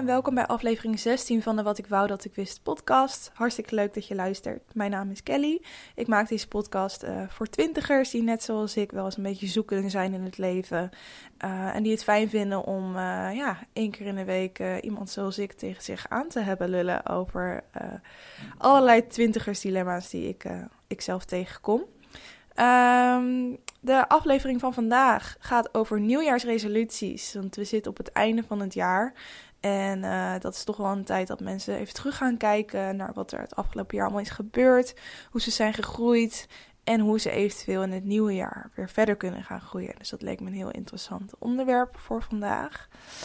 welkom bij aflevering 16 van de Wat ik wou dat ik wist podcast. Hartstikke leuk dat je luistert. Mijn naam is Kelly. Ik maak deze podcast voor twintigers die net zoals ik wel eens een beetje zoekende zijn in het leven. En die het fijn vinden om 1 keer in de week iemand zoals ik tegen zich aan te hebben lullen over allerlei twintigersdilemma's die ik zelf tegenkom. De aflevering van vandaag gaat over nieuwjaarsresoluties, want we zitten op het einde van het jaar. En dat is toch wel een tijd dat mensen even terug gaan kijken naar wat er het afgelopen jaar allemaal is gebeurd, hoe ze zijn gegroeid en hoe ze eventueel in het nieuwe jaar weer verder kunnen gaan groeien. Dus dat leek me een heel interessant onderwerp voor vandaag.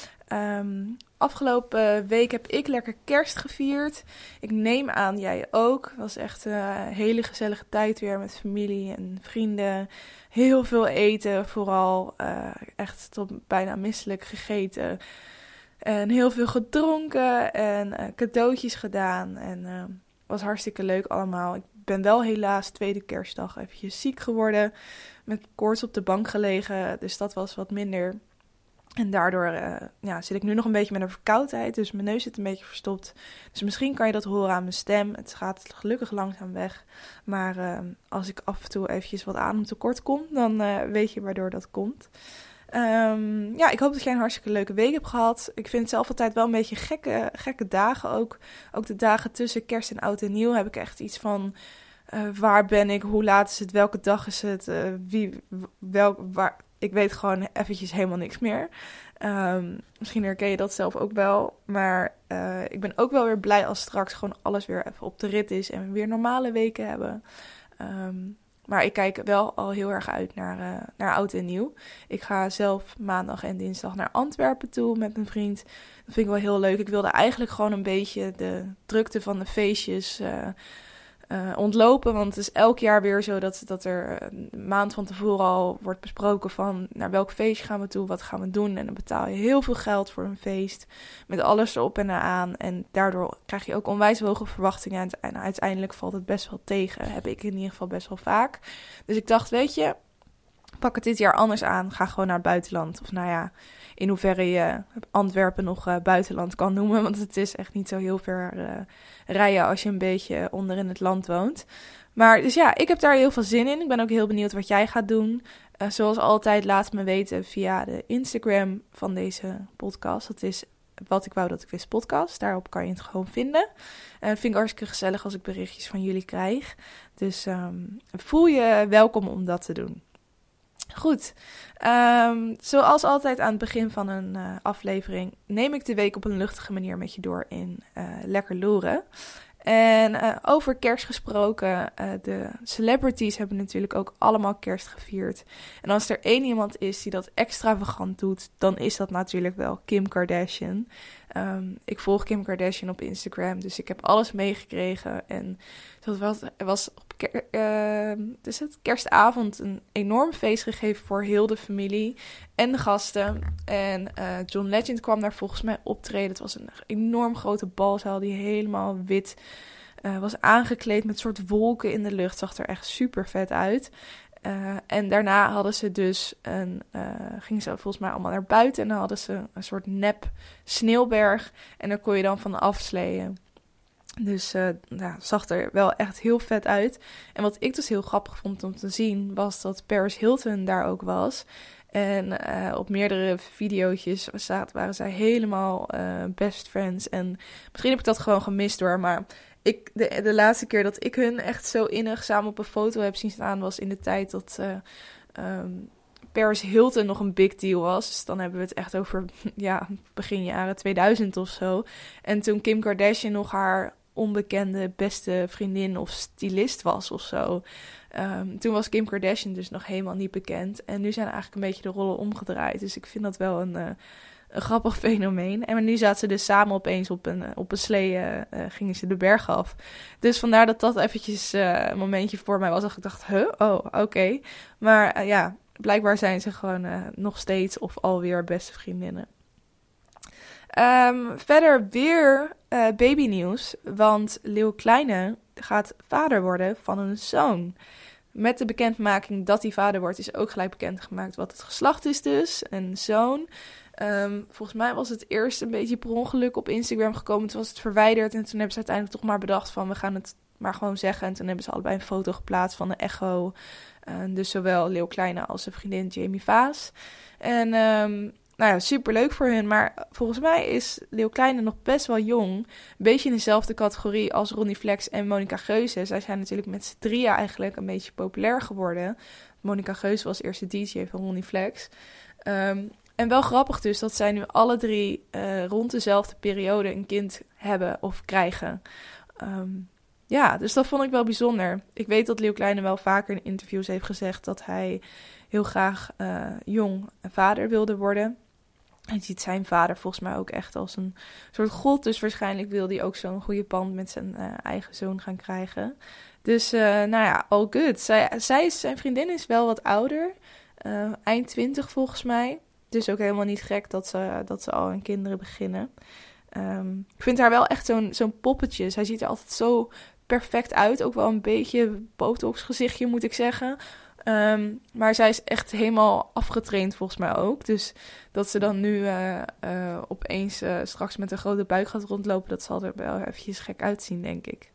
Afgelopen week heb ik lekker kerst gevierd. Ik neem aan, jij ook. Het was echt een hele gezellige tijd weer met familie en vrienden. Heel veel eten, vooral echt tot bijna misselijk gegeten. En heel veel gedronken en cadeautjes gedaan. En was hartstikke leuk allemaal. Ik ben wel helaas tweede kerstdag eventjes ziek geworden. Met koorts op de bank gelegen, dus dat was wat minder. En daardoor zit ik nu nog een beetje met een verkoudheid. Dus mijn neus zit een beetje verstopt. Dus misschien kan je dat horen aan mijn stem. Het gaat gelukkig langzaam weg. Maar als ik af en toe eventjes wat ademtekort kom, dan weet je waardoor dat komt. Ik hoop dat jij een hartstikke leuke week hebt gehad. Ik vind het zelf altijd wel een beetje gekke dagen ook. Ook de dagen tussen kerst en oud en nieuw heb ik echt iets van... waar ben ik? Hoe laat is het? Welke dag is het? Waar... Ik weet gewoon eventjes helemaal niks meer. Misschien herken je dat zelf ook wel. Maar ik ben ook wel weer blij als straks gewoon alles weer even op de rit is. En we weer normale weken hebben. Maar ik kijk wel al heel erg uit naar oud en nieuw. Ik ga zelf maandag en dinsdag naar Antwerpen toe met mijn vriend. Dat vind ik wel heel leuk. Ik wilde eigenlijk gewoon een beetje de drukte van de feestjes... ontlopen, want het is elk jaar weer zo dat er een maand van tevoren al wordt besproken van naar welk feestje gaan we toe, wat gaan we doen en dan betaal je heel veel geld voor een feest met alles erop en eraan en daardoor krijg je ook onwijs hoge verwachtingen en uiteindelijk valt het best wel tegen, heb ik in ieder geval best wel vaak. Dus ik dacht, weet je, pak het dit jaar anders aan, ga gewoon naar het buitenland of in hoeverre je Antwerpen nog buitenland kan noemen. Want het is echt niet zo heel ver rijden als je een beetje onder in het land woont. Maar dus ik heb daar heel veel zin in. Ik ben ook heel benieuwd wat jij gaat doen. Zoals altijd, laat me weten via de Instagram van deze podcast. Dat is Wat ik wou dat ik wist podcast. Daarop kan je het gewoon vinden. Vind ik hartstikke gezellig als ik berichtjes van jullie krijg. Dus voel je welkom om dat te doen. Goed, zoals altijd aan het begin van een aflevering neem ik de week op een luchtige manier met je door in Lekker Loeren. En over kerst gesproken, de celebrities hebben natuurlijk ook allemaal kerst gevierd. En als er één iemand is die dat extravagant doet, dan is dat natuurlijk wel Kim Kardashian. Ik volg Kim Kardashian op Instagram, dus ik heb alles meegekregen. En dat was op kerstavond een enorm feest gegeven voor heel de familie en de gasten. En John Legend kwam daar volgens mij optreden. Het was een enorm grote balzaal die helemaal wit was aangekleed met soort wolken in de lucht. Zag er echt super vet uit. En daarna hadden ze dus gingen ze volgens mij allemaal naar buiten. En dan hadden ze een soort nep sneeuwberg. En daar kon je dan van afsleeën. Dus zag er wel echt heel vet uit. En wat ik dus heel grappig vond om te zien, was dat Paris Hilton daar ook was. En op meerdere video's waren zij helemaal best friends. En misschien heb ik dat gewoon gemist hoor, maar... De laatste keer dat ik hun echt zo innig samen op een foto heb zien staan... was in de tijd dat Paris Hilton nog een big deal was. Dus dan hebben we het echt over begin jaren 2000 of zo. En toen Kim Kardashian nog haar onbekende beste vriendin of stylist was of zo. Toen was Kim Kardashian dus nog helemaal niet bekend. En nu zijn eigenlijk een beetje de rollen omgedraaid. Dus ik vind dat wel een grappig fenomeen. En nu zaten ze dus samen opeens op een slee, gingen ze de berg af. Dus vandaar dat dat eventjes een momentje voor mij was. Dat ik dacht, oké. Maar blijkbaar zijn ze gewoon nog steeds of alweer beste vriendinnen. Verder weer babynieuws. Want Leeuw Kleine gaat vader worden van een zoon. Met de bekendmaking dat hij vader wordt is ook gelijk bekendgemaakt wat het geslacht is dus. Een zoon. Volgens mij was het eerst een beetje per ongeluk op Instagram gekomen. Toen was het verwijderd en toen hebben ze uiteindelijk toch maar bedacht van we gaan het maar gewoon zeggen. En toen hebben ze allebei een foto geplaatst van de echo. Dus zowel Leeuw Kleine als zijn vriendin Jamie Vaas. En nou ja, superleuk voor hun. Maar volgens mij is Leeuw Kleine nog best wel jong. Een beetje in dezelfde categorie als Ronnie Flex en Monica Geuze. Zij zijn natuurlijk met z'n drieën eigenlijk een beetje populair geworden. Monica Geuze was eerst de DJ van Ronnie Flex. En wel grappig dus dat zij nu alle drie rond dezelfde periode een kind hebben of krijgen. Ja, dus dat vond ik wel bijzonder. Ik weet dat Leeuw Kleine wel vaker in interviews heeft gezegd dat hij heel graag jong een vader wilde worden. Hij ziet zijn vader volgens mij ook echt als een soort god. Dus waarschijnlijk wil hij ook zo'n goede band met zijn eigen zoon gaan krijgen. Dus nou ja, all good. Zijn vriendin is wel wat ouder. Eind 20 volgens mij. Dus ook helemaal niet gek dat ze al aan kinderen beginnen. Ik vind haar wel echt zo'n poppetje. Zij ziet er altijd zo perfect uit. Ook wel een beetje botox gezichtje moet ik zeggen. Maar zij is echt helemaal afgetraind volgens mij ook. Dus dat ze dan nu opeens straks met een grote buik gaat rondlopen, dat zal er wel eventjes gek uitzien, denk ik.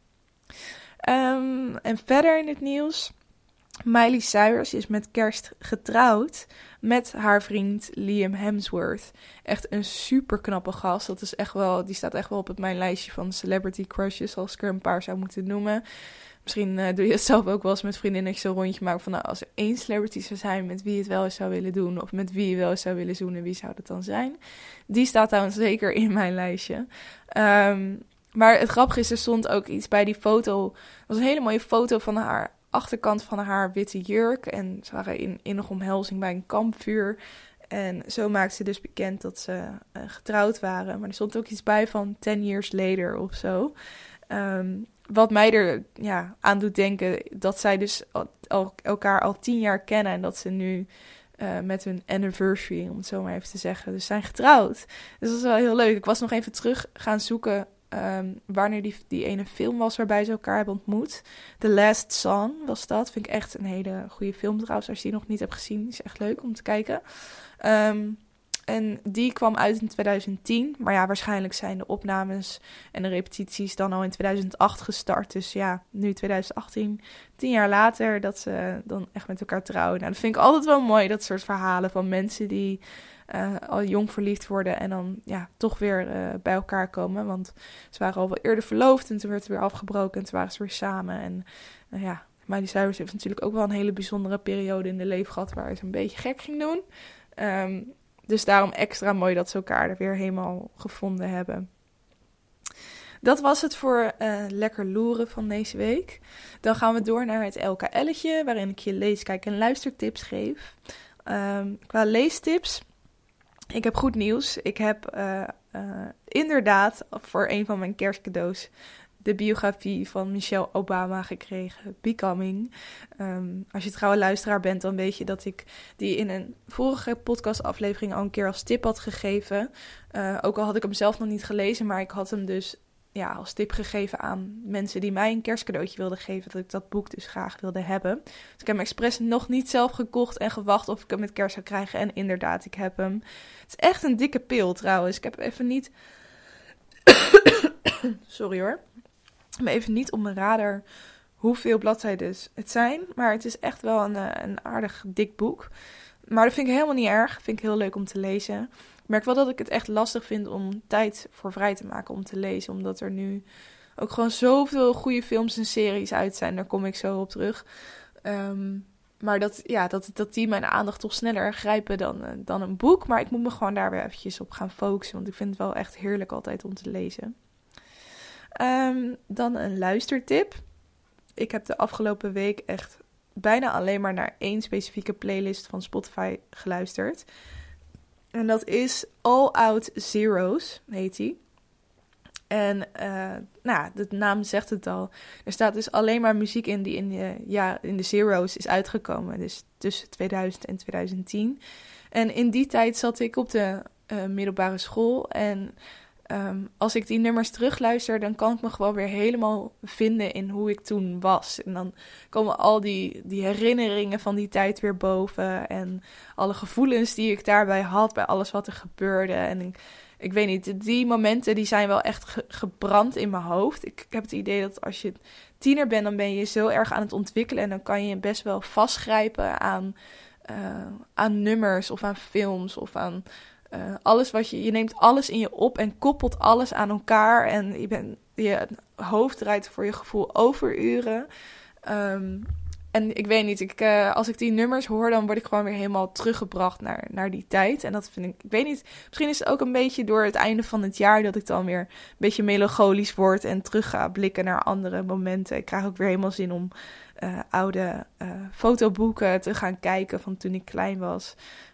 En verder in het nieuws. Miley Cyrus is met kerst getrouwd met haar vriend Liam Hemsworth. Echt een super knappe gast. Dat is echt wel, die staat echt wel op mijn lijstje van celebrity crushes, als ik er een paar zou moeten noemen. Misschien doe je het zelf ook wel eens met vriendinnen dat je zo'n rondje maakt van, nou, als er één celebrity zou zijn met wie je het wel eens zou willen doen, of met wie je wel eens zou willen zoenen, wie zou dat dan zijn? Die staat dan zeker in mijn lijstje. Maar het grappige is, er stond ook iets bij die foto. Het was een hele mooie foto van haar achterkant van haar witte jurk. En ze waren in innige omhelzing bij een kampvuur. En zo maakte ze dus bekend dat ze getrouwd waren. Maar er stond ook iets bij van 10 years later of zo. Wat mij er aan doet denken dat zij dus elkaar al 10 jaar kennen. En dat ze nu met hun anniversary, om het zo maar even te zeggen, dus zijn getrouwd. Dus dat is wel heel leuk. Ik was nog even terug gaan zoeken wanneer die ene film was waarbij ze elkaar hebben ontmoet. The Last Song was dat. Vind ik echt een hele goede film trouwens. Als je die nog niet hebt gezien, is echt leuk om te kijken. En die kwam uit in 2010. Maar ja, waarschijnlijk zijn de opnames en de repetities dan al in 2008 gestart. Dus ja, nu 2018, 10 jaar later, dat ze dan echt met elkaar trouwen. Nou, dat vind ik altijd wel mooi, dat soort verhalen van mensen die al jong verliefd worden en dan toch weer bij elkaar komen. Want ze waren al wel eerder verloofd en toen werd het weer afgebroken en toen waren ze weer samen. En Miley Cyrus heeft natuurlijk ook wel een hele bijzondere periode in de leven gehad waar ze een beetje gek ging doen. Dus daarom extra mooi dat ze elkaar er weer helemaal gevonden hebben. Dat was het voor Lekker Loeren van deze week. Dan gaan we door naar het LKL'tje, waarin ik je lees, kijk en luistertips geef. Qua leestips, ik heb goed nieuws. Ik heb inderdaad voor een van mijn kerstcadeaus de biografie van Michelle Obama gekregen, Becoming. Als je trouwe luisteraar bent, dan weet je dat ik die in een vorige podcastaflevering al een keer als tip had gegeven. Ook al had ik hem zelf nog niet gelezen, maar ik had hem dus als tip gegeven aan mensen die mij een kerstcadeautje wilden geven, dat ik dat boek dus graag wilde hebben. Dus ik heb hem expres nog niet zelf gekocht en gewacht of ik hem met kerst zou krijgen. En inderdaad, ik heb hem. Het is echt een dikke pil trouwens. Ik heb even niet... Sorry hoor. Ik heb even niet op mijn radar hoeveel bladzijden het zijn. Maar het is echt wel een aardig dik boek. Maar dat vind ik helemaal niet erg. Vind ik heel leuk om te lezen. Ik merk wel dat ik het echt lastig vind om tijd voor vrij te maken om te lezen. Omdat er nu ook gewoon zoveel goede films en series uit zijn. Daar kom ik zo op terug. Maar dat die mijn aandacht toch sneller grijpen dan een boek. Maar ik moet me gewoon daar weer eventjes op gaan focussen. Want ik vind het wel echt heerlijk altijd om te lezen. Dan een luistertip. Ik heb de afgelopen week echt bijna alleen maar naar één specifieke playlist van Spotify geluisterd. En dat is All Out Zeros, heet die. En de naam zegt het al. Er staat dus alleen maar muziek in die in de zeros is uitgekomen. Dus tussen 2000 en 2010. En in die tijd zat ik op de middelbare school. En als ik die nummers terugluister, dan kan ik me gewoon weer helemaal vinden in hoe ik toen was. En dan komen al die herinneringen van die tijd weer boven. En alle gevoelens die ik daarbij had, bij alles wat er gebeurde. En ik weet niet, die momenten die zijn wel echt gebrand in mijn hoofd. Ik heb het idee dat als je tiener bent, dan ben je zo erg aan het ontwikkelen. En dan kan je best wel vastgrijpen aan nummers of aan films of aan alles wat je neemt alles in je op en koppelt alles aan elkaar. En je hoofd draait voor je gevoel overuren. En ik weet niet, als ik die nummers hoor, dan word ik gewoon weer helemaal teruggebracht naar die tijd. En dat vind ik weet niet, misschien is het ook een beetje door het einde van het jaar dat ik dan weer een beetje melancholisch word en terug ga blikken naar andere momenten. Ik krijg ook weer helemaal zin om oude fotoboeken te gaan kijken van toen ik klein was.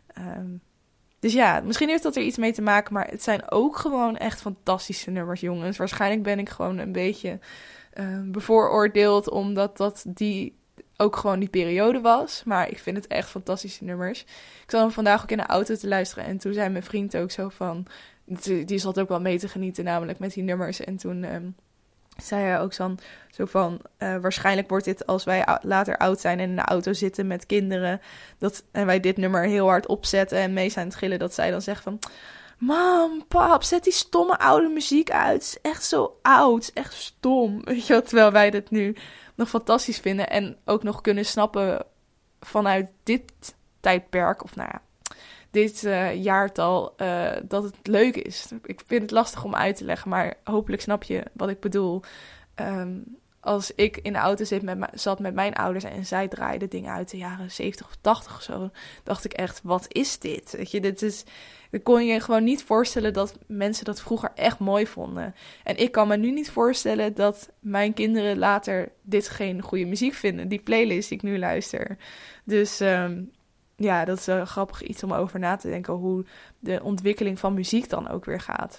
Dus ja, misschien heeft dat er iets mee te maken, maar het zijn ook gewoon echt fantastische nummers, jongens. Waarschijnlijk ben ik gewoon een beetje bevooroordeeld, omdat die ook gewoon die periode was. Maar ik vind het echt fantastische nummers. Ik zat hem vandaag ook in de auto te luisteren en toen zei mijn vriend ook zo van, die zat ook wel mee te genieten namelijk met die nummers. En toen zei hij ook zo van, waarschijnlijk wordt dit als wij later oud zijn en in de auto zitten met kinderen, en wij dit nummer heel hard opzetten en mee zijn het gillen, dat zij dan zegt van, mam, pap, zet die stomme oude muziek uit. Het is echt zo oud, het is echt stom. Weet je wel, terwijl wij dit nu nog fantastisch vinden en ook nog kunnen snappen vanuit dit tijdperk, of nou ja, dit jaartal, dat het leuk is. Ik vind het lastig om uit te leggen, maar hopelijk snap je wat ik bedoel. Als ik in de auto zat met mijn ouders en zij draaiden dingen uit de jaren 70 of 80 of zo, dacht ik echt, wat is dit? Weet je, dan kon je gewoon niet voorstellen dat mensen dat vroeger echt mooi vonden. En ik kan me nu niet voorstellen dat mijn kinderen later dit geen goede muziek vinden, die playlist die ik nu luister. Dus ja, dat is grappig iets om over na te denken, hoe de ontwikkeling van muziek dan ook weer gaat.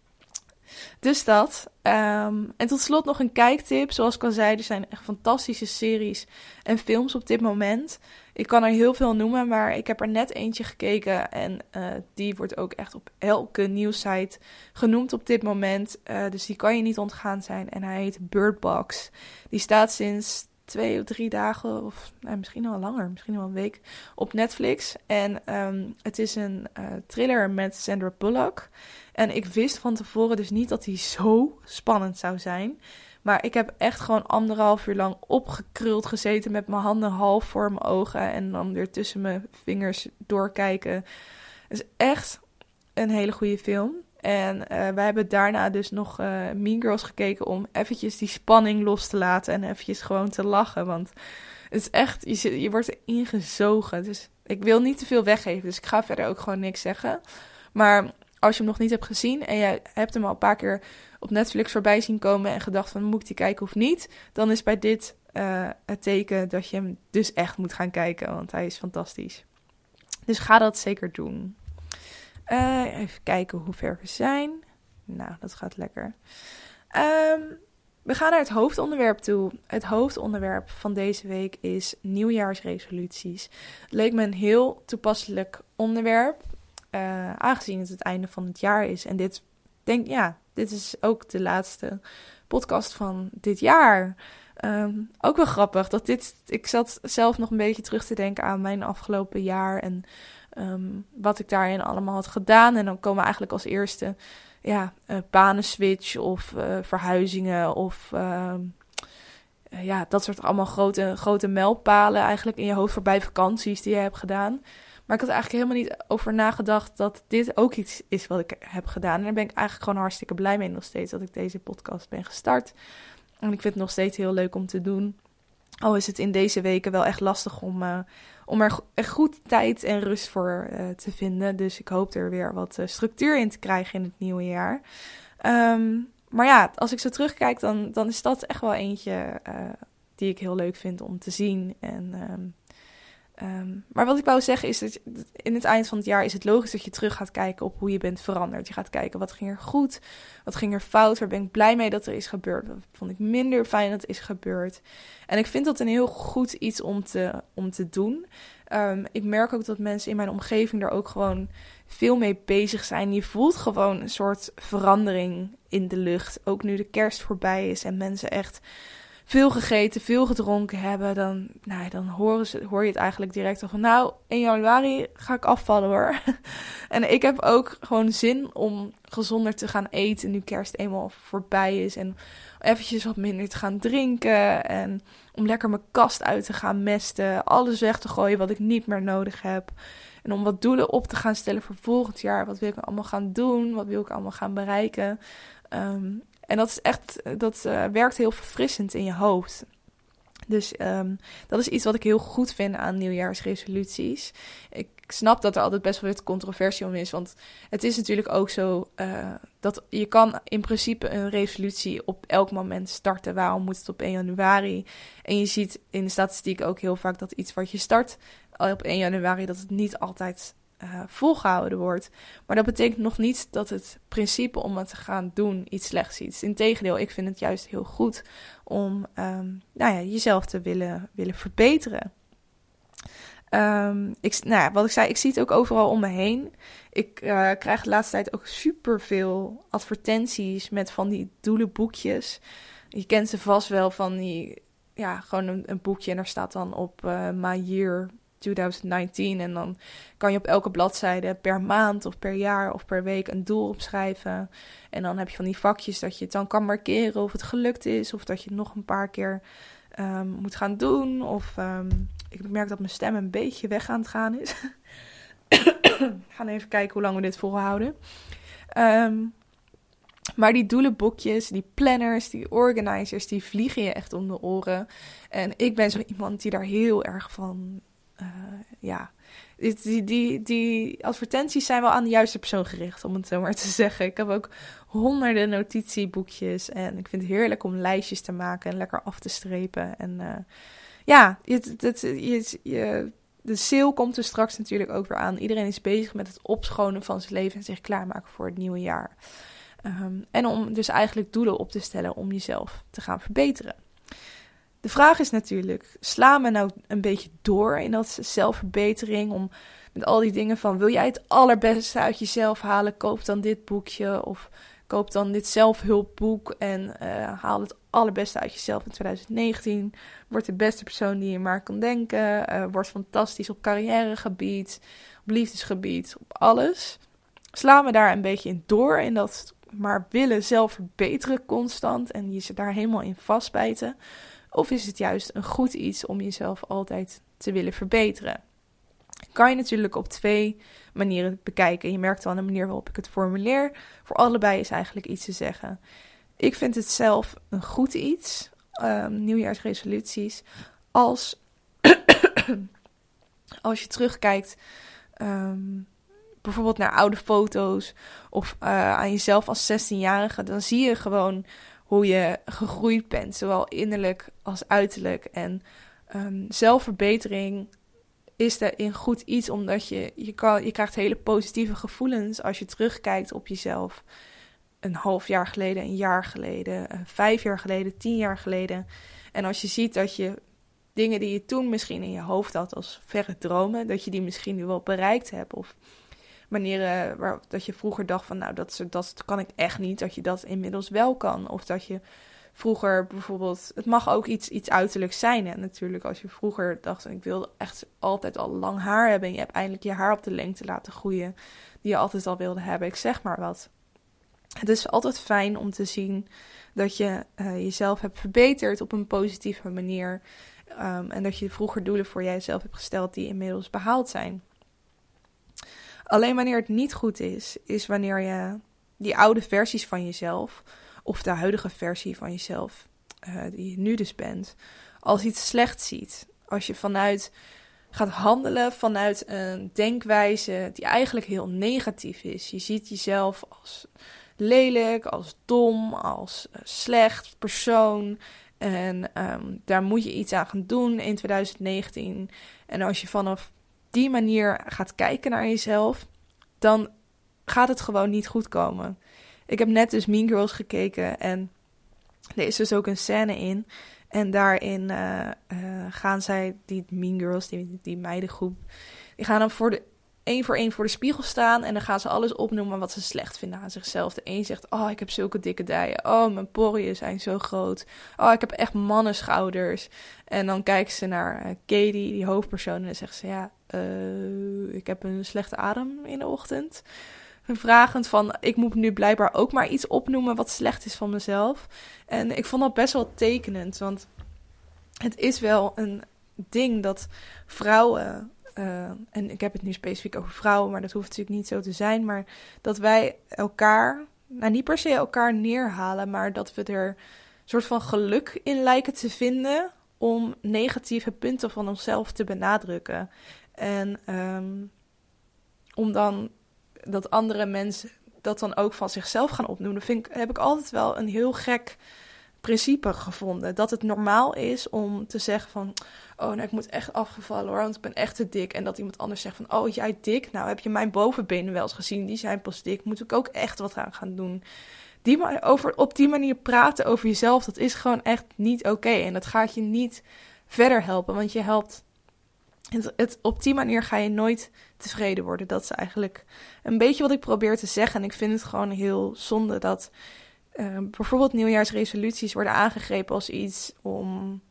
Dus dat. En tot slot nog een kijktip. Zoals ik al zei, er zijn echt fantastische series en films op dit moment. Ik kan er heel veel noemen, maar ik heb er net eentje gekeken. En die wordt ook echt op elke nieuwssite genoemd op dit moment. Dus die kan je niet ontgaan zijn. En hij heet Bird Box. Die staat sinds 2 of 3 dagen, of misschien al langer, misschien al een week, op Netflix. En het is een thriller met Sandra Bullock. En ik wist van tevoren dus niet dat die zo spannend zou zijn. Maar ik heb echt gewoon 1,5 uur lang opgekruld gezeten met mijn handen half voor mijn ogen en dan weer tussen mijn vingers doorkijken. Het is echt een hele goede film. En wij hebben daarna dus nog Mean Girls gekeken om eventjes die spanning los te laten en eventjes gewoon te lachen. Want het is echt, je wordt erin gezogen. Dus ik wil niet te veel weggeven, dus ik ga verder ook gewoon niks zeggen. Maar als je hem nog niet hebt gezien en je hebt hem al een paar keer op Netflix voorbij zien komen en gedacht van, moet ik die kijken of niet? Dan is bij dit het teken dat je hem dus echt moet gaan kijken, want hij is fantastisch. Dus ga dat zeker doen. Even kijken hoe ver we zijn. Nou, dat gaat lekker. We gaan naar het hoofdonderwerp toe. Het hoofdonderwerp van deze week is nieuwjaarsresoluties. Het leek me een heel toepasselijk onderwerp, aangezien het einde van het jaar is. En dit is ook de laatste podcast van dit jaar. Ook wel grappig dat ik zat zelf nog een beetje terug te denken aan mijn afgelopen jaar en wat ik daarin allemaal had gedaan. En dan komen eigenlijk als eerste banenswitch of verhuizingen of dat soort allemaal grote mijlpalen eigenlijk in je hoofd voorbij vakanties die je hebt gedaan. Maar ik had eigenlijk helemaal niet over nagedacht dat dit ook iets is wat ik heb gedaan. En daar ben ik eigenlijk gewoon hartstikke blij mee nog steeds dat ik deze podcast ben gestart. En ik vind het nog steeds heel leuk om te doen. Al is het in deze weken wel echt lastig om er echt goed tijd en rust voor te vinden. Dus ik hoop er weer wat structuur in te krijgen in het nieuwe jaar. Maar ja, als ik zo terugkijk, dan is dat echt wel eentje die ik heel leuk vind om te zien. Maar wat ik wou zeggen is dat in het eind van het jaar is het logisch dat je terug gaat kijken op hoe je bent veranderd. Je gaat kijken wat ging er goed, wat ging er fout, waar ben ik blij mee dat er is gebeurd, wat vond ik minder fijn dat er is gebeurd. En ik vind dat een heel goed iets om te doen. Ik merk ook dat mensen in mijn omgeving er ook gewoon veel mee bezig zijn. Je voelt gewoon een soort verandering in de lucht. Ook nu de kerst voorbij is en mensen echt veel gegeten, veel gedronken hebben. Dan hoor je het eigenlijk direct al van 1 januari ga ik afvallen hoor. En ik heb ook gewoon zin om gezonder te gaan eten nu kerst eenmaal voorbij is. En eventjes wat minder te gaan drinken. En om lekker mijn kast uit te gaan mesten. Alles weg te gooien wat ik niet meer nodig heb. En om wat doelen op te gaan stellen voor volgend jaar. Wat wil ik allemaal gaan doen? Wat wil ik allemaal gaan bereiken? En dat is echt, dat werkt heel verfrissend in je hoofd. Dus dat is iets wat ik heel goed vind aan nieuwjaarsresoluties. Ik snap dat er altijd best wel wat controversie om is. Want het is natuurlijk ook zo dat je kan in principe een resolutie op elk moment starten. Waarom moet het op 1 januari? En je ziet in de statistiek ook heel vaak dat iets wat je start op 1 januari... dat het niet altijd volgehouden wordt. Maar dat betekent nog niet dat het principe om het te gaan doen iets slechts is. Integendeel, ik vind het juist heel goed om jezelf te willen verbeteren. Wat ik zei, ik zie het ook overal om me heen. Ik krijg de laatste tijd ook superveel advertenties met van die doelenboekjes. Je kent ze vast wel van die, gewoon een boekje en daar staat dan op my year 2019 en dan kan je op elke bladzijde per maand of per jaar of per week een doel opschrijven. En dan heb je van die vakjes dat je het dan kan markeren of het gelukt is of dat je het nog een paar keer moet gaan doen. Of ik merk dat mijn stem een beetje weg aan het gaan is. We gaan even kijken hoe lang we dit volhouden. Maar die doelenboekjes, die planners, die organizers, die vliegen je echt om de oren. En ik ben zo iemand die daar heel erg van... Die advertenties zijn wel aan de juiste persoon gericht, om het zo maar te zeggen. Ik heb ook honderden notitieboekjes en ik vind het heerlijk om lijstjes te maken en lekker af te strepen. En de sale komt er straks natuurlijk ook weer aan. Iedereen is bezig met het opschonen van zijn leven en zich klaarmaken voor het nieuwe jaar. En om dus eigenlijk doelen op te stellen om jezelf te gaan verbeteren. De vraag is natuurlijk, slaan we nou een beetje door in dat zelfverbetering? Om met al die dingen van, wil jij het allerbeste uit jezelf halen? Koop dan dit boekje of koop dan dit zelfhulpboek en haal het allerbeste uit jezelf in 2019. Word de beste persoon die je maar kan denken. Word fantastisch op carrièregebied, op liefdesgebied, op alles. Slaan we daar een beetje in door, in dat maar willen zelf verbeteren constant en je ze daar helemaal in vastbijten? Of is het juist een goed iets om jezelf altijd te willen verbeteren? Kan je natuurlijk op 2 manieren bekijken. Je merkt al aan de manier waarop ik het formuleer. Voor allebei is eigenlijk iets te zeggen. Ik vind het zelf een goed iets, nieuwjaarsresoluties, als je terugkijkt bijvoorbeeld naar oude foto's of aan jezelf als 16-jarige, dan zie je gewoon hoe je gegroeid bent, zowel innerlijk als uiterlijk. En zelfverbetering is daarin goed iets, omdat je krijgt hele positieve gevoelens als je terugkijkt op jezelf. Een half jaar geleden, een jaar geleden, 5 jaar geleden, 10 jaar geleden. En als je ziet dat je dingen die je toen misschien in je hoofd had als verre dromen, dat je die misschien nu wel bereikt hebt. Of manieren dat je vroeger dacht van, nou, dat kan ik echt niet, dat je dat inmiddels wel kan. Of dat je vroeger bijvoorbeeld, het mag ook iets uiterlijks zijn. En natuurlijk als je vroeger dacht, ik wilde echt altijd al lang haar hebben en je hebt eindelijk je haar op de lengte laten groeien die je altijd al wilde hebben, ik zeg maar wat. Het is altijd fijn om te zien dat je jezelf hebt verbeterd op een positieve manier. En dat je vroeger doelen voor jezelf hebt gesteld die inmiddels behaald zijn. Alleen wanneer het niet goed is wanneer je die oude versies van jezelf, of de huidige versie van jezelf, die je nu dus bent, als iets slechts ziet. Als je gaat handelen vanuit een denkwijze die eigenlijk heel negatief is. Je ziet jezelf als lelijk, als dom, als slecht persoon. En daar moet je iets aan gaan doen in 2019. En als je vanaf die manier gaat kijken naar jezelf, dan gaat het gewoon niet goed komen. Ik heb net dus Mean Girls gekeken en er is dus ook een scène in. En daarin gaan zij, die Mean Girls, die meidengroep, die gaan dan één voor één voor de spiegel staan. En dan gaan ze alles opnoemen wat ze slecht vinden aan zichzelf. De een zegt, oh, ik heb zulke dikke dijen. Oh, mijn poriën zijn zo groot. Oh, ik heb echt mannenschouders. En dan kijken ze naar Katie, die hoofdpersoon. En dan zegt ze, ja, ik heb een slechte adem in de ochtend. Vragend van, ik moet nu blijkbaar ook maar iets opnoemen wat slecht is van mezelf. En ik vond dat best wel tekenend. Want het is wel een ding dat vrouwen... en ik heb het nu specifiek over vrouwen, maar dat hoeft natuurlijk niet zo te zijn. Maar dat wij elkaar, nou niet per se elkaar neerhalen, maar dat we er een soort van geluk in lijken te vinden om negatieve punten van onszelf te benadrukken. En om dan dat andere mensen dat dan ook van zichzelf gaan opnoemen, heb ik altijd wel een heel gek principe gevonden. Dat het normaal is om te zeggen van, oh, nou, ik moet echt afgevallen hoor, want ik ben echt te dik. En dat iemand anders zegt van, oh, jij dik? Nou, heb je mijn bovenbenen wel eens gezien? Die zijn pas dik. Moet ik ook echt wat aan gaan doen? Op die manier praten over jezelf, dat is gewoon echt niet oké. En dat gaat je niet verder helpen, want je helpt... op die manier ga je nooit tevreden worden. Dat is eigenlijk een beetje wat ik probeer te zeggen. En ik vind het gewoon heel zonde dat bijvoorbeeld nieuwjaarsresoluties worden aangegrepen als iets om...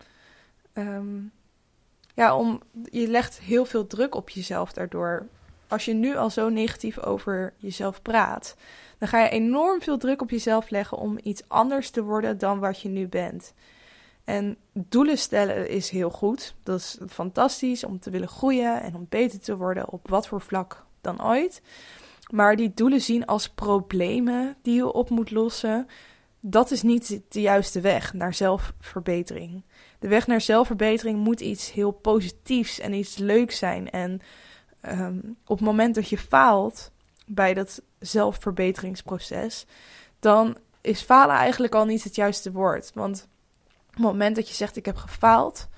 je legt heel veel druk op jezelf daardoor. Als je nu al zo negatief over jezelf praat, dan ga je enorm veel druk op jezelf leggen om iets anders te worden dan wat je nu bent. En doelen stellen is heel goed. Dat is fantastisch om te willen groeien en om beter te worden op wat voor vlak dan ooit. Maar die doelen zien als problemen die je op moet lossen, dat is niet de juiste weg naar zelfverbetering. De weg naar zelfverbetering moet iets heel positiefs en iets leuks zijn. En op het moment dat je faalt bij dat zelfverbeteringsproces, dan is falen eigenlijk al niet het juiste woord. Want op het moment dat je zegt, ik heb gefaald,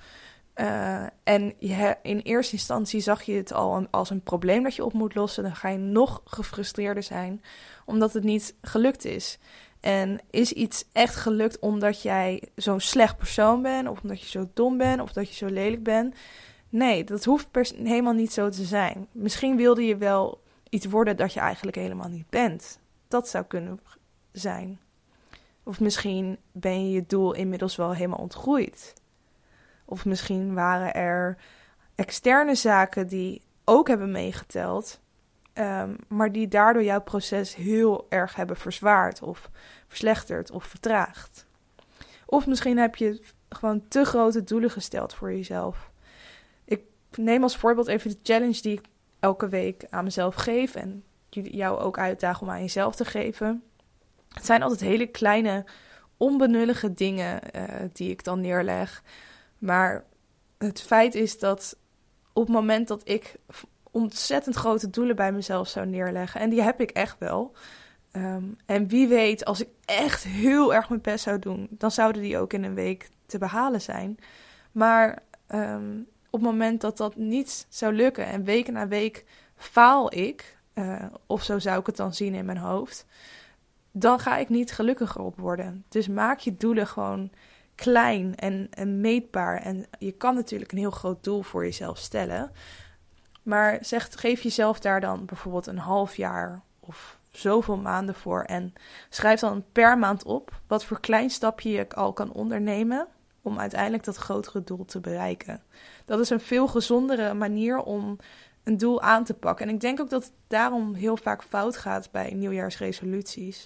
en in eerste instantie zag je het al als een probleem dat je op moet lossen, dan ga je nog gefrustreerder zijn, omdat het niet gelukt is. En is iets echt gelukt omdat jij zo'n slecht persoon bent, of omdat je zo dom bent, of dat je zo lelijk bent? Nee, dat hoeft helemaal niet zo te zijn. Misschien wilde je wel iets worden dat je eigenlijk helemaal niet bent. Dat zou kunnen zijn. Of misschien ben je doel inmiddels wel helemaal ontgroeid. Of misschien waren er externe zaken die ook hebben meegeteld, maar die daardoor jouw proces heel erg hebben verzwaard of verslechterd of vertraagd. Of misschien heb je gewoon te grote doelen gesteld voor jezelf. Ik neem als voorbeeld even de challenge die ik elke week aan mezelf geef en jou ook uitdaag om aan jezelf te geven. Het zijn altijd hele kleine, onbenullige dingen die ik dan neerleg. Maar het feit is dat op het moment dat ik ontzettend grote doelen bij mezelf zou neerleggen, en die heb ik echt wel. En wie weet, als ik echt heel erg mijn best zou doen, dan zouden die ook in een week te behalen zijn. Maar op het moment dat dat niet zou lukken en week na week faal ik, of zo zou ik het dan zien in mijn hoofd, dan ga ik niet gelukkiger op worden. Dus maak je doelen gewoon klein en meetbaar. En je kan natuurlijk een heel groot doel voor jezelf stellen. Maar geef jezelf daar dan bijvoorbeeld een half jaar of zoveel maanden voor. En schrijf dan per maand op wat voor klein stapje je al kan ondernemen om uiteindelijk dat grotere doel te bereiken. Dat is een veel gezondere manier om een doel aan te pakken. En ik denk ook dat het daarom heel vaak fout gaat bij nieuwjaarsresoluties.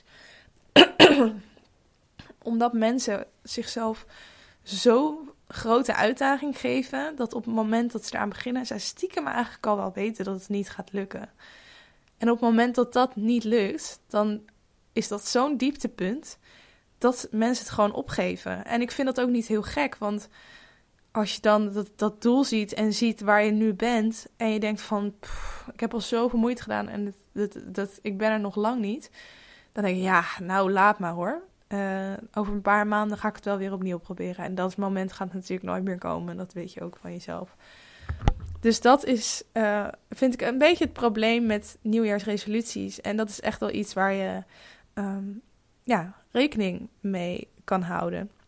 Omdat mensen zichzelf zo grote uitdaging geven, dat op het moment dat ze eraan beginnen, zij stiekem eigenlijk al wel weten dat het niet gaat lukken. En op het moment dat dat niet lukt, dan is dat zo'n dieptepunt dat mensen het gewoon opgeven. En ik vind dat ook niet heel gek, want als je dan dat doel ziet en ziet waar je nu bent en je denkt van, ik heb al zoveel moeite gedaan en ik ben er nog lang niet, dan denk je, ja, nou laat maar hoor. Over een paar maanden ga ik het wel weer opnieuw proberen. En dat moment gaat natuurlijk nooit meer komen. Dat weet je ook van jezelf. Dus dat is, vind ik, een beetje het probleem met nieuwjaarsresoluties. En dat is echt wel iets waar je rekening mee kan houden.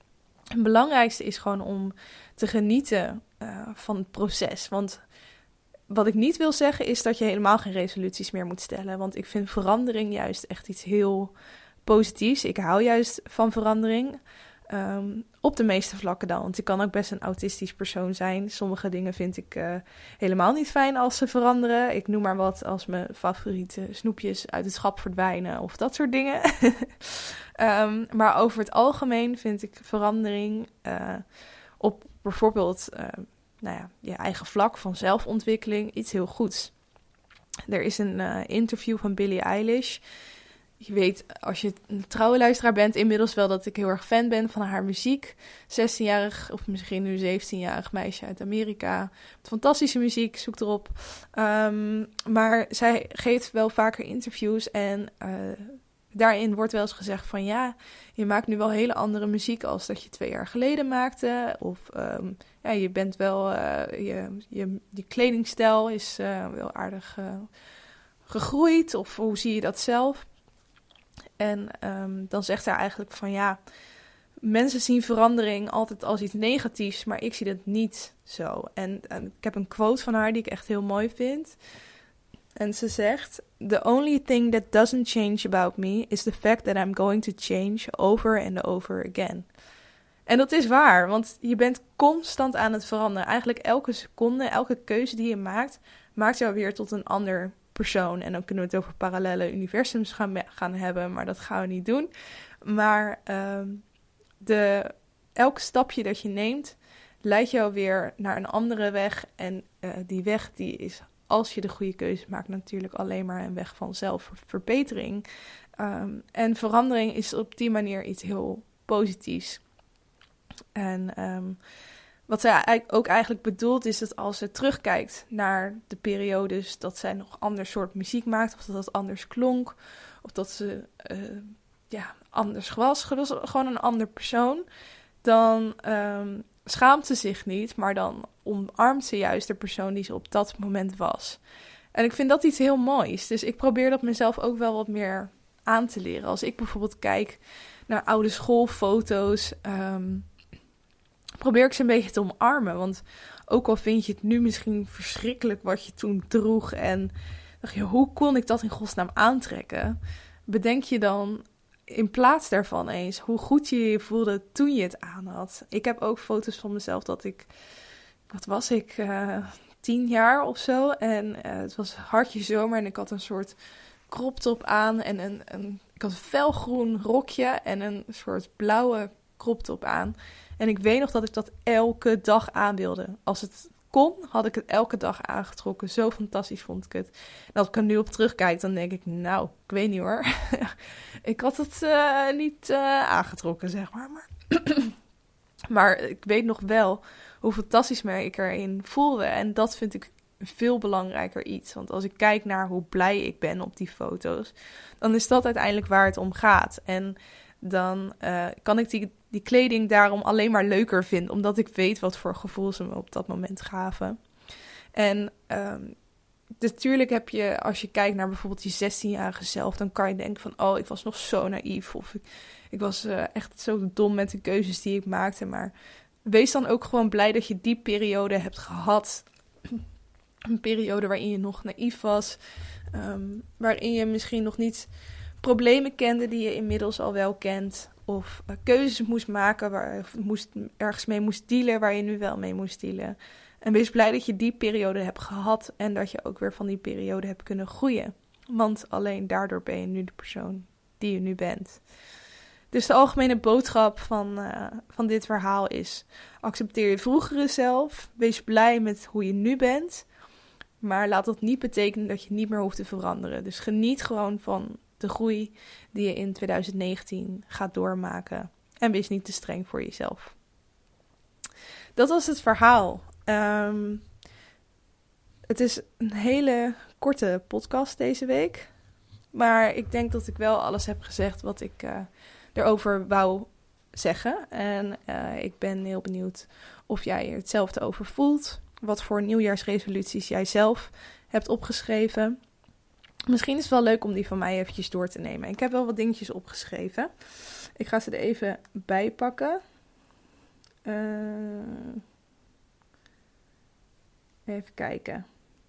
Het belangrijkste is gewoon om te genieten van het proces. Want wat ik niet wil zeggen is dat je helemaal geen resoluties meer moet stellen. Want ik vind verandering juist echt iets heel positiefs. Ik hou juist van verandering. Op de meeste vlakken dan. Want ik kan ook best een autistisch persoon zijn. Sommige dingen vind ik helemaal niet fijn als ze veranderen. Ik noem maar wat, als mijn favoriete snoepjes uit het schap verdwijnen of dat soort dingen. Maar over het algemeen vind ik verandering op bijvoorbeeld je eigen vlak van zelfontwikkeling iets heel goeds. Er is een interview van Billie Eilish. Je weet, als je een trouwe luisteraar bent, inmiddels wel dat ik heel erg fan ben van haar muziek. 16-jarig, of misschien nu 17-jarig meisje uit Amerika. Fantastische muziek, zoek erop. Maar zij geeft wel vaker interviews en daarin wordt wel eens gezegd van ja, je maakt nu wel hele andere muziek als dat je 2 jaar geleden maakte. Of je bent wel, je kledingstijl is wel aardig gegroeid. Of hoe zie je dat zelf? En dan zegt hij eigenlijk van ja, mensen zien verandering altijd als iets negatiefs, maar ik zie dat niet zo. En ik heb een quote van haar die ik echt heel mooi vind. En ze zegt: "The only thing that doesn't change about me is the fact that I'm going to change over and over again." En dat is waar, want je bent constant aan het veranderen. Eigenlijk elke seconde, elke keuze die je maakt, maakt jou weer tot een ander persoon. En dan kunnen we het over parallele universums gaan hebben, maar dat gaan we niet doen. Maar elk stapje dat je neemt, leidt jou weer naar een andere weg. En die weg die is, als je de goede keuze maakt, natuurlijk alleen maar een weg van zelfverbetering. En verandering is op die manier iets heel positiefs. En wat zij ook eigenlijk bedoelt is dat als ze terugkijkt naar de periodes dat zij nog ander soort muziek maakte, of dat het anders klonk, of dat ze anders was, gewoon een ander persoon, dan schaamt ze zich niet, maar dan omarmt ze juist de persoon die ze op dat moment was. En ik vind dat iets heel moois. Dus ik probeer dat mezelf ook wel wat meer aan te leren. Als ik bijvoorbeeld kijk naar oude schoolfoto's, probeer ik ze een beetje te omarmen. Want ook al vind je het nu misschien verschrikkelijk wat je toen droeg en dacht je, hoe kon ik dat in godsnaam aantrekken? Bedenk je dan in plaats daarvan eens hoe goed je je voelde toen je het aan had. Ik heb ook foto's van mezelf dat ik, 10 jaar of zo. En het was hartje zomer en ik had een soort crop top aan en ik had een felgroen rokje en een soort blauwe crop top aan. En ik weet nog dat ik dat elke dag aan wilde. Als het kon, had ik het elke dag aangetrokken. Zo fantastisch vond ik het. En als ik er nu op terugkijk, dan denk ik, nou, ik weet niet hoor. Ik had het niet aangetrokken, zeg maar. Maar ik weet nog wel hoe fantastisch me ik erin voelde. En dat vind ik een veel belangrijker iets. Want als ik kijk naar hoe blij ik ben op die foto's, dan is dat uiteindelijk waar het om gaat. En dan kan ik die kleding daarom alleen maar leuker vinden, omdat ik weet wat voor gevoel ze me op dat moment gaven. En natuurlijk heb je, als je kijkt naar bijvoorbeeld die 16-jarige zelf, dan kan je denken van, oh, ik was nog zo naïef. Of ik was echt zo dom met de keuzes die ik maakte. Maar wees dan ook gewoon blij dat je die periode hebt gehad. Een periode waarin je nog naïef was. Waarin je misschien nog niet problemen kende die je inmiddels al wel kent. Of keuzes moest maken, ergens mee moest dealen waar je nu wel mee moest dealen. En wees blij dat je die periode hebt gehad en dat je ook weer van die periode hebt kunnen groeien. Want alleen daardoor ben je nu de persoon die je nu bent. Dus de algemene boodschap van dit verhaal is: accepteer je vroegere zelf, wees blij met hoe je nu bent, maar laat dat niet betekenen dat je niet meer hoeft te veranderen. Dus geniet gewoon van de groei die je in 2019 gaat doormaken. En wees niet te streng voor jezelf. Dat was het verhaal. Het is een hele korte podcast deze week. Maar ik denk dat ik wel alles heb gezegd wat ik erover wou zeggen. En ik ben heel benieuwd of jij er hetzelfde over voelt. Wat voor nieuwjaarsresoluties jij zelf hebt opgeschreven. Misschien is het wel leuk om die van mij eventjes door te nemen. Ik heb wel wat dingetjes opgeschreven. Ik ga ze er even bij pakken. Even kijken.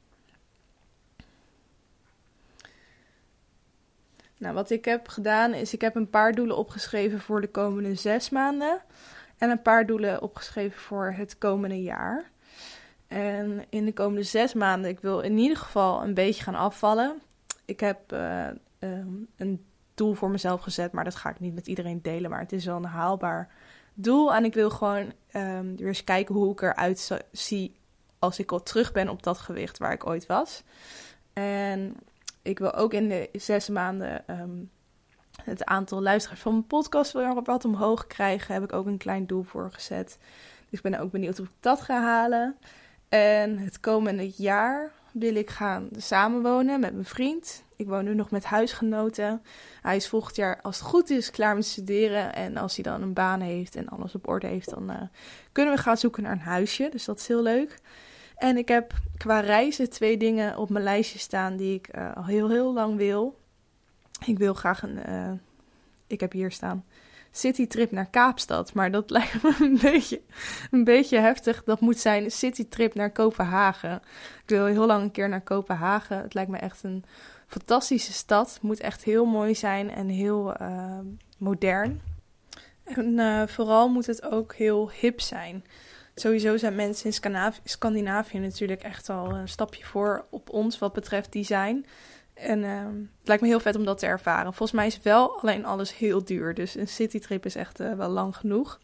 Nou, wat ik heb gedaan is, ik heb een paar doelen opgeschreven voor de komende 6 maanden. En een paar doelen opgeschreven voor het komende jaar. En in de komende 6 maanden, ik wil in ieder geval een beetje gaan afvallen. Ik heb een doel voor mezelf gezet, maar dat ga ik niet met iedereen delen. Maar het is wel een haalbaar doel. En ik wil gewoon weer eens kijken hoe ik eruit zie als ik al terug ben op dat gewicht waar ik ooit was. En ik wil ook in de 6 maanden het aantal luisteraars van mijn podcast weer wat omhoog krijgen. Heb ik ook een klein doel voor gezet. Dus ik ben ook benieuwd of ik dat ga halen. En het komende jaar wil ik gaan samenwonen met mijn vriend. Ik woon nu nog met huisgenoten. Hij is volgend jaar, als het goed is, klaar met studeren. En als hij dan een baan heeft en alles op orde heeft, dan kunnen we gaan zoeken naar een huisje. Dus dat is heel leuk. En ik heb qua reizen 2 dingen op mijn lijstje staan die ik al heel lang wil. Ik wil graag ik heb hier staan, citytrip naar Kaapstad. Maar dat lijkt me een beetje heftig. Dat moet zijn een citytrip naar Kopenhagen. Ik wil heel lang een keer naar Kopenhagen. Het lijkt me echt een fantastische stad. Het moet echt heel mooi zijn en heel modern. En vooral moet het ook heel hip zijn. Sowieso zijn mensen in Scandinavië natuurlijk echt al een stapje voor op ons wat betreft design. En het lijkt me heel vet om dat te ervaren. Volgens mij is wel alleen alles heel duur. Dus een citytrip is echt wel lang genoeg.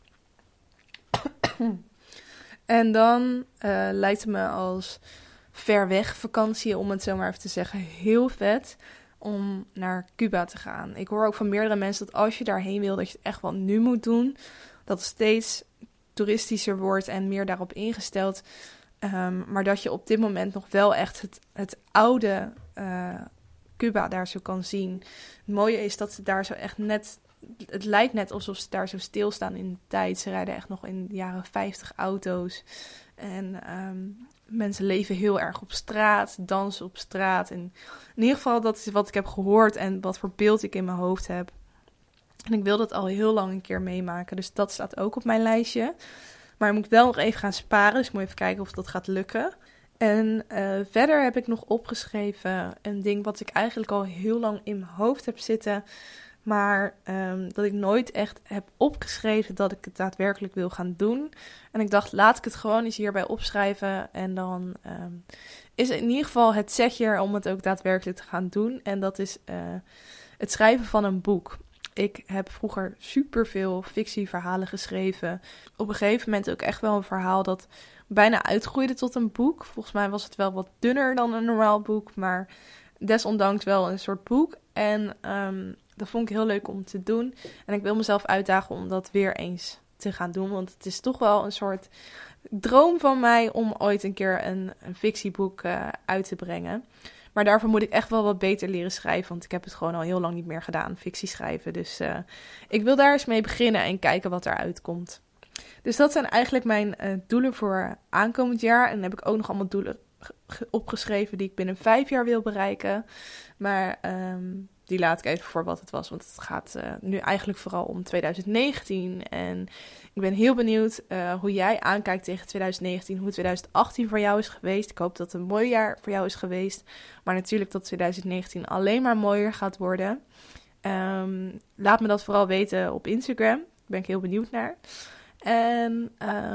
En dan lijkt het me als ver weg vakantie, om het zo maar even te zeggen, heel vet om naar Cuba te gaan. Ik hoor ook van meerdere mensen dat als je daarheen wil, dat je het echt wel nu moet doen. Dat het steeds toeristischer wordt en meer daarop ingesteld. Maar dat je op dit moment nog wel echt het oude Cuba daar zo kan zien. Het mooie is dat ze daar zo echt net... Het lijkt net alsof ze daar zo stilstaan in de tijd. Ze rijden echt nog in de jaren 50 auto's. En mensen leven heel erg op straat, dansen op straat. En in ieder geval, dat is wat ik heb gehoord en wat voor beeld ik in mijn hoofd heb. En ik wil dat al heel lang een keer meemaken. Dus dat staat ook op mijn lijstje. Maar ik moet wel nog even gaan sparen. Dus ik moet even kijken of dat gaat lukken. En verder heb ik nog opgeschreven een ding wat ik eigenlijk al heel lang in mijn hoofd heb zitten. Maar dat ik nooit echt heb opgeschreven dat ik het daadwerkelijk wil gaan doen. En ik dacht, laat ik het gewoon eens hierbij opschrijven. En dan is het in ieder geval het setje om het ook daadwerkelijk te gaan doen. En dat is het schrijven van een boek. Ik heb vroeger superveel fictieverhalen geschreven. Op een gegeven moment ook echt wel een verhaal dat bijna uitgroeide tot een boek. Volgens mij was het wel wat dunner dan een normaal boek, maar desondanks wel een soort boek. En dat vond ik heel leuk om te doen. En ik wil mezelf uitdagen om dat weer eens te gaan doen. Want het is toch wel een soort droom van mij om ooit een keer een fictieboek uit te brengen. Maar daarvoor moet ik echt wel wat beter leren schrijven. Want ik heb het gewoon al heel lang niet meer gedaan, fictie schrijven. Dus ik wil daar eens mee beginnen en kijken wat eruit komt. Dus dat zijn eigenlijk mijn doelen voor aankomend jaar. En dan heb ik ook nog allemaal doelen opgeschreven die ik binnen 5 jaar wil bereiken. Maar die laat ik even voor wat het was. Want het gaat nu eigenlijk vooral om 2019. En ik ben heel benieuwd hoe jij aankijkt tegen 2019. Hoe 2018 voor jou is geweest. Ik hoop dat het een mooi jaar voor jou is geweest. Maar natuurlijk dat 2019 alleen maar mooier gaat worden. Laat me dat vooral weten op Instagram. Daar ben ik heel benieuwd naar. En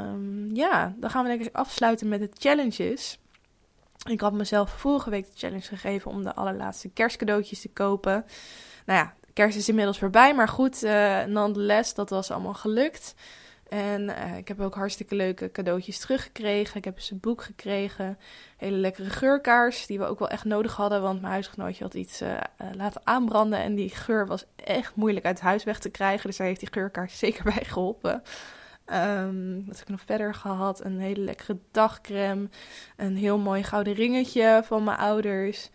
dan gaan we denk ik afsluiten met de challenges. Ik had mezelf vorige week de challenge gegeven om de allerlaatste kerstcadeautjes te kopen. Nou ja, kerst is inmiddels voorbij, maar goed, nonetheless, dat was allemaal gelukt. En ik heb ook hartstikke leuke cadeautjes teruggekregen. Ik heb dus een boek gekregen, hele lekkere geurkaars, die we ook wel echt nodig hadden, want mijn huisgenootje had iets laten aanbranden en die geur was echt moeilijk uit huis weg te krijgen. Dus daar heeft die geurkaars zeker bij geholpen. Wat heb ik nog verder gehad? Een hele lekkere dagcreme. Een heel mooi gouden ringetje van mijn ouders.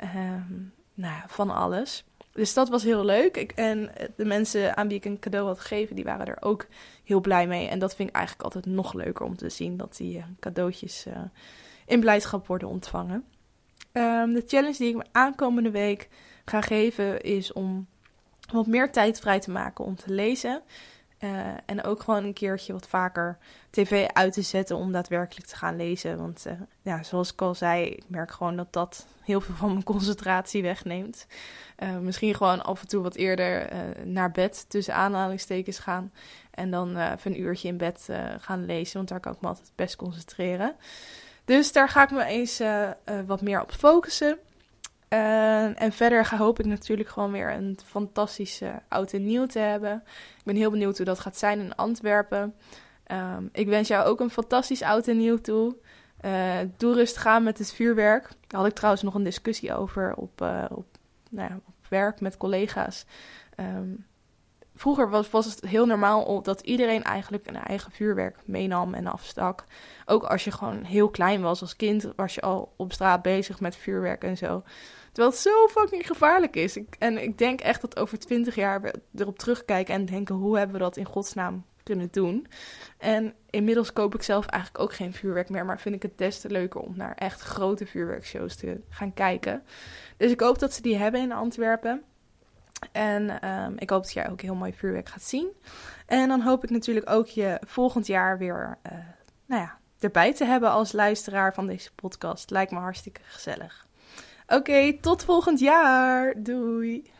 Van alles. Dus dat was heel leuk. En de mensen aan wie ik een cadeau had gegeven, die waren er ook heel blij mee. En dat vind ik eigenlijk altijd nog leuker om te zien. Dat die cadeautjes in blijdschap worden ontvangen. De challenge die ik me aankomende week ga geven is om wat meer tijd vrij te maken om te lezen. En ook gewoon een keertje wat vaker tv uit te zetten om daadwerkelijk te gaan lezen. Want zoals ik al zei, ik merk gewoon dat dat heel veel van mijn concentratie wegneemt. Misschien gewoon af en toe wat eerder naar bed, tussen aanhalingstekens gaan. En dan even een uurtje in bed gaan lezen, want daar kan ik me altijd best concentreren. Dus daar ga ik me eens wat meer op focussen. En verder hoop ik natuurlijk gewoon weer een fantastische oud en nieuw te hebben. Ik ben heel benieuwd hoe dat gaat zijn in Antwerpen. Ik wens jou ook een fantastisch oud en nieuw toe. Doe rustig aan met het vuurwerk. Daar had ik trouwens nog een discussie over op werk met collega's. Vroeger was het heel normaal dat iedereen eigenlijk een eigen vuurwerk meenam en afstak. Ook als je gewoon heel klein was als kind, was je al op straat bezig met vuurwerk en zo. Terwijl het zo fucking gevaarlijk is. Ik denk echt dat over 20 jaar we erop terugkijken en denken, hoe hebben we dat in godsnaam kunnen doen? En inmiddels koop ik zelf eigenlijk ook geen vuurwerk meer, maar vind ik het des te leuker om naar echt grote vuurwerkshows te gaan kijken. Dus ik hoop dat ze die hebben in Antwerpen. En ik hoop dat jij ook heel mooi vuurwerk gaat zien. En dan hoop ik natuurlijk ook je volgend jaar weer erbij te hebben als luisteraar van deze podcast. Lijkt me hartstikke gezellig. Oké, tot volgend jaar. Doei!